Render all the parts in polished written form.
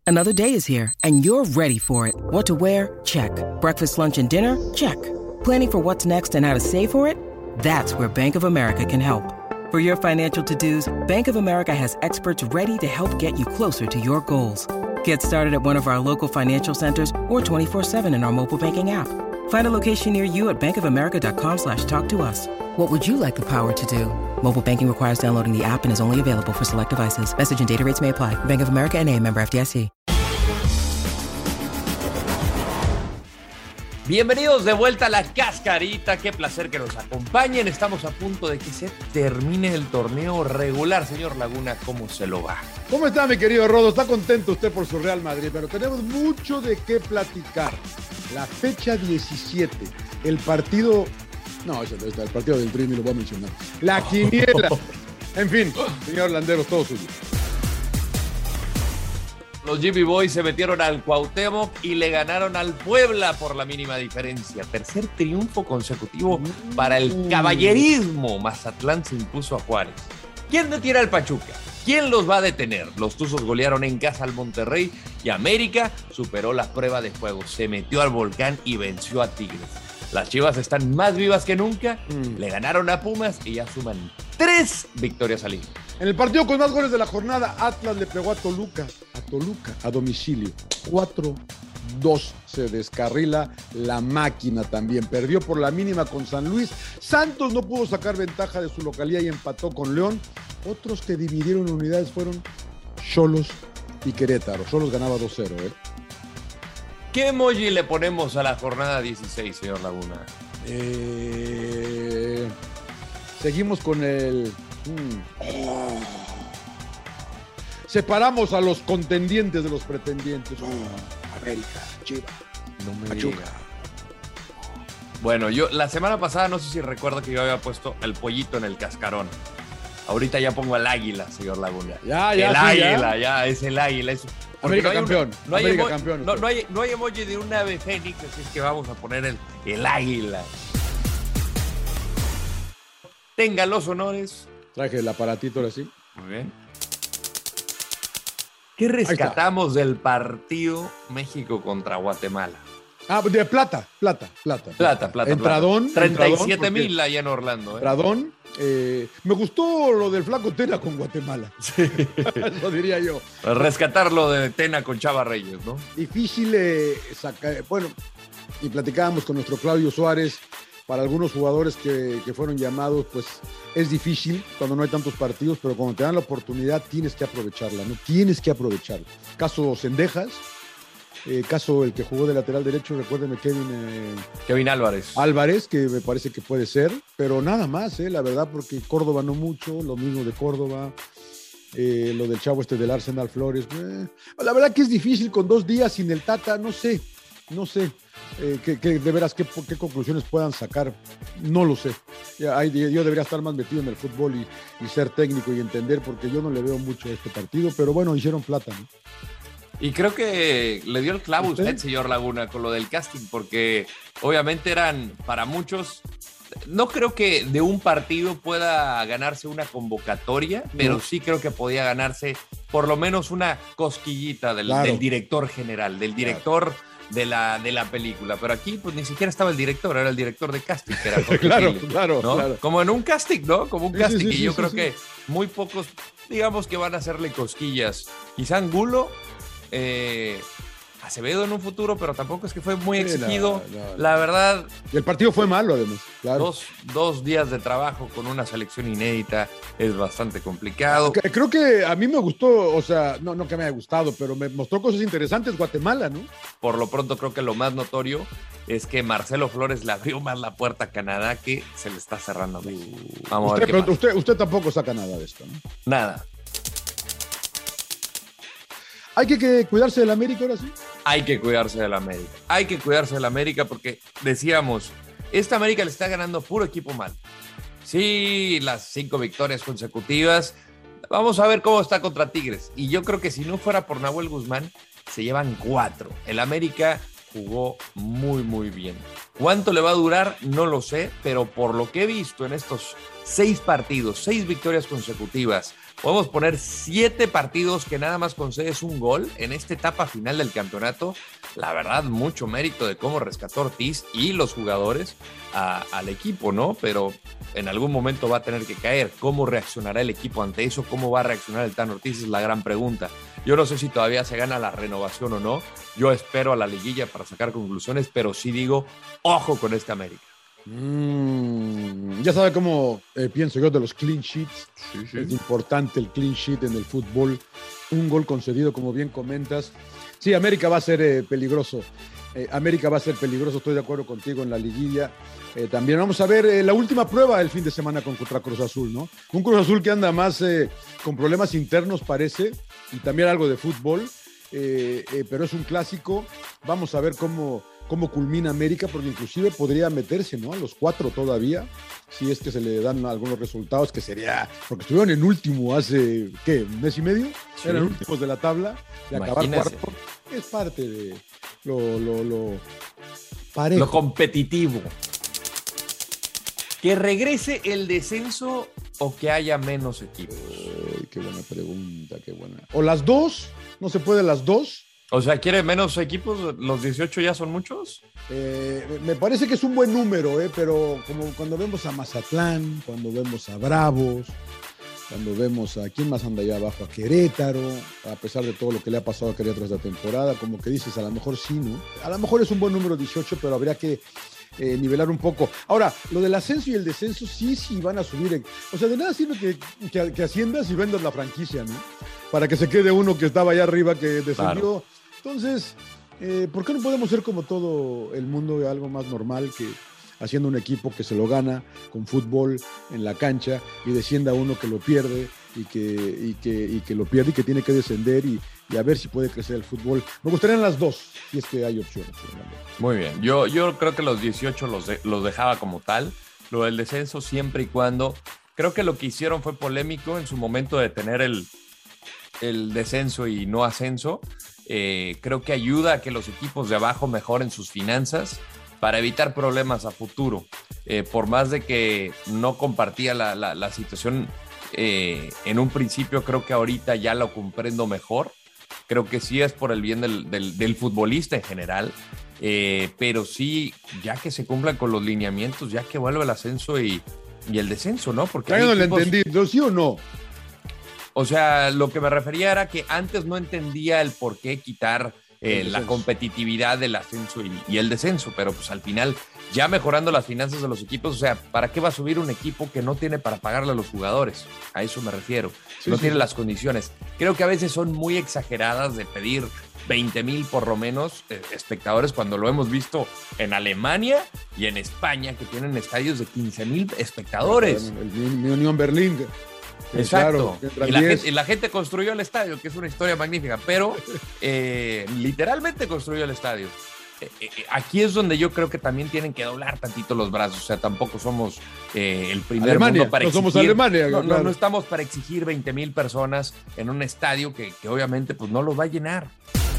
Another day is here, and you're ready for it. What to wear? Check. Breakfast, lunch, and dinner? Check. Planning for what's next and how to save for it? That's where Bank of America can help. For your financial to-dos, Bank of America has experts ready to help get you closer to your goals. Get started at one of our local financial centers or 24/7 in our mobile banking app. Find a location near you at bankofamerica.com/talktous. What would you like the power to do? Mobile banking requires downloading the app and is only available for select devices. Message and data rates may apply. Bank of America N.A., member FDIC. Bienvenidos de vuelta a La Cascarita, qué placer que nos acompañen. Estamos a punto de que se termine el torneo regular. Señor Laguna, ¿cómo se lo va? ¿Cómo está, mi querido Rodo? Está contento usted por su Real Madrid, pero tenemos mucho de qué platicar. La fecha 17, el partido... No, ese no está, el partido del Tri, ni lo voy a mencionar. La quiniela. En fin, señor Landeros, todo suyo. Los Jimmy Boys se metieron al Cuauhtémoc y le ganaron al Puebla por la mínima diferencia. Tercer triunfo consecutivo para el caballerismo. Mazatlán se impuso a Juárez. ¿Quién detiene al Pachuca? ¿Quién los va a detener? Los Tuzos golearon en casa al Monterrey y América superó la prueba de fuego. Se metió al volcán y venció a Tigres. Las Chivas están más vivas que nunca. Le ganaron a Pumas y ya suman 3 victorias al hilo. En el partido con más goles de la jornada, Atlas le pegó a Toluca, a domicilio. 4-2. Se descarrila la máquina también. Perdió por la mínima con San Luis. Santos no pudo sacar ventaja de su localidad y empató con León. Otros que dividieron unidades fueron Xolos y Querétaro. Xolos ganaba 2-0, ¿Qué emoji le ponemos a la jornada 16, señor Laguna? Seguimos con el... Separamos a los contendientes de los pretendientes. América, Chivas, Pachuca. Bueno, yo la semana pasada no sé si recuerdo que yo había puesto el pollito en el cascarón. Ahorita ya pongo el águila, señor Laguna. Es el águila. América campeón. No hay emoji de un ave fénix, así es que vamos a poner el águila. Tenga los honores. Traje el aparatito ahora sí. Muy bien. ¿Qué rescatamos del partido México contra Guatemala? De plata. Entradón. 37,000 allá en Orlando. Entradón. Me gustó lo del Flaco Tena con Guatemala. Sí. Eso diría yo. Rescatar lo de Tena con Chava Reyes, ¿no? Difícil sacar. Bueno, y platicábamos con nuestro Claudio Suárez. Para algunos jugadores que fueron llamados, pues es difícil cuando no hay tantos partidos, pero cuando te dan la oportunidad tienes que aprovecharla, ¿no? Tienes que aprovecharla. Caso Cendejas, caso el que jugó de lateral derecho, recuérdenme, Kevin Álvarez. Álvarez, que me parece que puede ser, pero nada más, la verdad, porque Córdoba no mucho, lo mismo de Córdoba, lo del chavo del Arsenal Flores. La verdad que es difícil con 2 días sin el Tata, no sé. Que de veras, ¿qué conclusiones puedan sacar? No lo sé. Yo debería estar más metido en el fútbol y ser técnico y entender, porque yo no le veo mucho a este partido, pero bueno, hicieron plata, ¿no? Y creo que le dio el clavo usted, señor Laguna, con lo del casting, porque obviamente eran para muchos... No creo que de un partido pueda ganarse una convocatoria, pero sí creo que podía ganarse por lo menos una cosquillita del director general, del director... de la película, pero aquí pues ni siquiera estaba el director, era el director de casting, que era claro. Como en un casting, ¿no? Como un casting, y yo creo que muy pocos, digamos, que van a hacerle cosquillas. Quizá Angulo, Acevedo en un futuro, pero tampoco es que fue muy exigido. La verdad. Y el partido fue malo, además. Claro. Dos días de trabajo con una selección inédita es bastante complicado. Creo que a mí me gustó, o sea, no que me haya gustado, pero me mostró cosas interesantes Guatemala, ¿no? Por lo pronto creo que lo más notorio es que Marcelo Flores le abrió más la puerta a Canadá que se le está cerrando. Vamos a ver qué pasa. Usted tampoco saca nada de esto, ¿no? Nada. ¿Hay que cuidarse del América ahora sí? Hay que cuidarse del América. Hay que cuidarse del América porque, decíamos, esta América le está ganando puro equipo mal. Sí, las 5 victorias consecutivas. Vamos a ver cómo está contra Tigres. Y yo creo que si no fuera por Nahuel Guzmán, se llevan 4. El América jugó muy, muy bien. ¿Cuánto le va a durar? No lo sé, pero por lo que he visto en estos 6 partidos, 6 victorias consecutivas, podemos poner 7 partidos que nada más concedes un gol en esta etapa final del campeonato. La verdad, mucho mérito de cómo rescató Ortiz y los jugadores al equipo, ¿no? Pero en algún momento va a tener que caer. ¿Cómo reaccionará el equipo ante eso? ¿Cómo va a reaccionar el Tan Ortiz? Es la gran pregunta. Yo no sé si todavía se gana la renovación o no. Yo espero a la liguilla para sacar conclusiones, pero sí digo, ojo con este América. Ya sabe cómo pienso yo de los clean sheets. Sí. Es importante el clean sheet en el fútbol. Un gol concedido, como bien comentas. Sí, América va a ser peligroso. América va a ser peligroso, estoy de acuerdo contigo en la liguilla. También vamos a ver la última prueba el fin de semana contra Cruz Azul, ¿no? Un Cruz Azul que anda más con problemas internos, parece, y también algo de fútbol, pero es un clásico. Vamos a ver cómo culmina América, porque inclusive podría meterse, ¿no? A los 4 todavía, si es que se le dan algunos resultados, que sería, porque estuvieron en último hace, ¿qué? ¿Un mes y medio? Sí. Eran últimos de la tabla, de acabar cuarto. Es parte de lo parejo. Lo competitivo. ¿Que regrese el descenso o que haya menos equipos? Ay, qué buena pregunta, qué buena. ¿O las dos? ¿No se puede las dos? O sea, ¿quiere menos equipos? ¿Los 18 ya son muchos? Me parece que es un buen número, pero como cuando vemos a Mazatlán, cuando vemos a Bravos, cuando vemos a quién más anda allá abajo, a Querétaro, a pesar de todo lo que le ha pasado a Querétaro esta temporada, como que dices, a lo mejor sí, ¿no? A lo mejor es un buen número 18, pero habría que nivelar un poco. Ahora, lo del ascenso y el descenso sí van a subir. O sea, de nada sirve que asciendas y vendas la franquicia, ¿no? Para que se quede uno que estaba allá arriba, que descendió. Claro. Entonces, ¿por qué no podemos ser como todo el mundo, algo más normal, que haciendo un equipo que se lo gana con fútbol en la cancha y descienda uno que lo pierde y que lo pierde y que tiene que descender y a ver si puede crecer el fútbol? Me gustarían las dos, si es que hay opciones. Muy bien, yo creo que los 18 los dejaba como tal. Lo del descenso siempre y cuando, creo que lo que hicieron fue polémico en su momento de tener el descenso y no ascenso. Creo que ayuda a que los equipos de abajo mejoren sus finanzas para evitar problemas a futuro. Por más de que no compartía la situación en un principio, creo que ahorita ya lo comprendo mejor. Creo que sí es por el bien del futbolista en general, pero sí, ya que se cumplan con los lineamientos, ya que vuelve el ascenso y el descenso, ¿no? Porque ya no lo entendí, ¿sí o no? O sea, lo que me refería era que antes no entendía el por qué quitar la competitividad del ascenso y el descenso, pero pues al final, ya mejorando las finanzas de los equipos, o sea, ¿para qué va a subir un equipo que no tiene para pagarle a los jugadores? A eso me refiero. No tiene las condiciones. Creo que a veces son muy exageradas de pedir 20,000 por lo menos espectadores, cuando lo hemos visto en Alemania y en España, que tienen estadios de 15,000 espectadores. Mi Unión Berlín. Exacto. Claro, y la gente construyó el estadio, que es una historia magnífica, pero literalmente construyó el estadio. Aquí es donde yo creo que también tienen que doblar tantito los brazos. O sea, tampoco somos el primer Alemania, mundo para no exigir. Somos Alemania. Claro. No estamos para exigir 20,000 personas en un estadio que obviamente pues, no los va a llenar.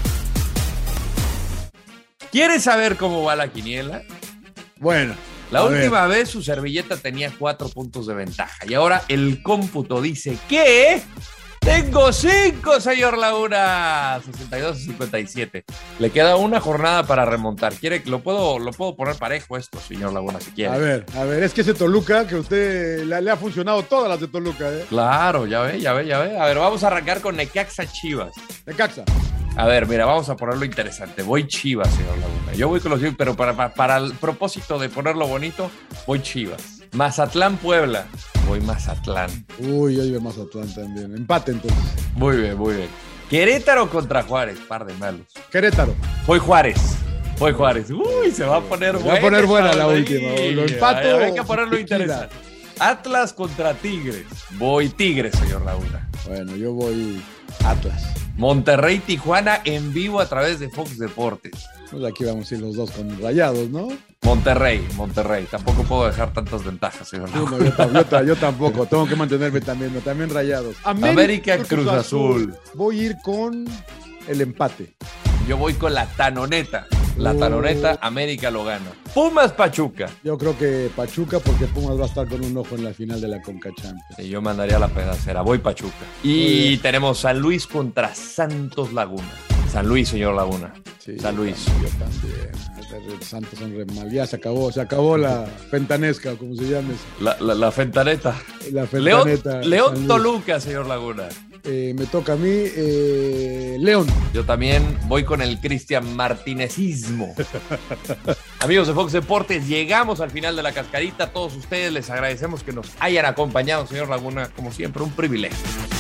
¿Quieres saber cómo va la quiniela? Bueno. La última vez su servilleta tenía 4 puntos de ventaja y ahora el cómputo dice que tengo 5, señor Laguna. 62-57. Le queda una jornada para remontar. ¿Quiere que lo puedo poner parejo esto, señor Laguna, si quiere? A ver, es que ese Toluca, que a usted le ha funcionado todas las de Toluca, ¿eh? Claro, ya ve. A ver, vamos a arrancar con Necaxa Chivas. Necaxa. A ver, mira, vamos a ponerlo interesante. Voy Chivas, señor Laguna. Yo voy con los Chivas, pero para el propósito de ponerlo bonito, voy Chivas. Mazatlán, Puebla. Voy Mazatlán. Uy, yo iba Mazatlán también. Empate, entonces. Muy bien. Querétaro contra Juárez. Par de malos. Querétaro. Voy Juárez. Uy, se va a poner buena. Va a poner buena la última. Lo empato. Hay que ponerlo interesante. Atlas contra Tigres. Voy Tigres, señor Laguna. Bueno, yo voy Atlas. Monterrey, Tijuana en vivo a través de Fox Deportes. Pues aquí vamos a ir los dos con Rayados, ¿no? Monterrey. Tampoco puedo dejar tantas ventajas, señor. Sí, no, yo tampoco. Tengo que mantenerme también Rayados. América Cruz Azul. Voy a ir con el empate. Yo voy con la Tanoneta. La taloneta, América lo gana. Pumas Pachuca. Yo creo que Pachuca, porque Pumas va a estar con un ojo en la final de la Conca Champions. Sí, yo mandaría la pedacera. Voy Pachuca. Y tenemos San Luis contra Santos Laguna. San Luis, señor Laguna. Sí, San Luis. Yo también. Santos son re mal. Ya se acabó la fentanesca, como se llama eso. La fentaneta. La fentaneta. León Toluca, señor Laguna. Me toca a mí, León. Yo también voy con el Cristian Martinezismo. Amigos de Fox Deportes, llegamos al final de la cascarita. A todos ustedes les agradecemos que nos hayan acompañado, señor Laguna. Como siempre, un privilegio.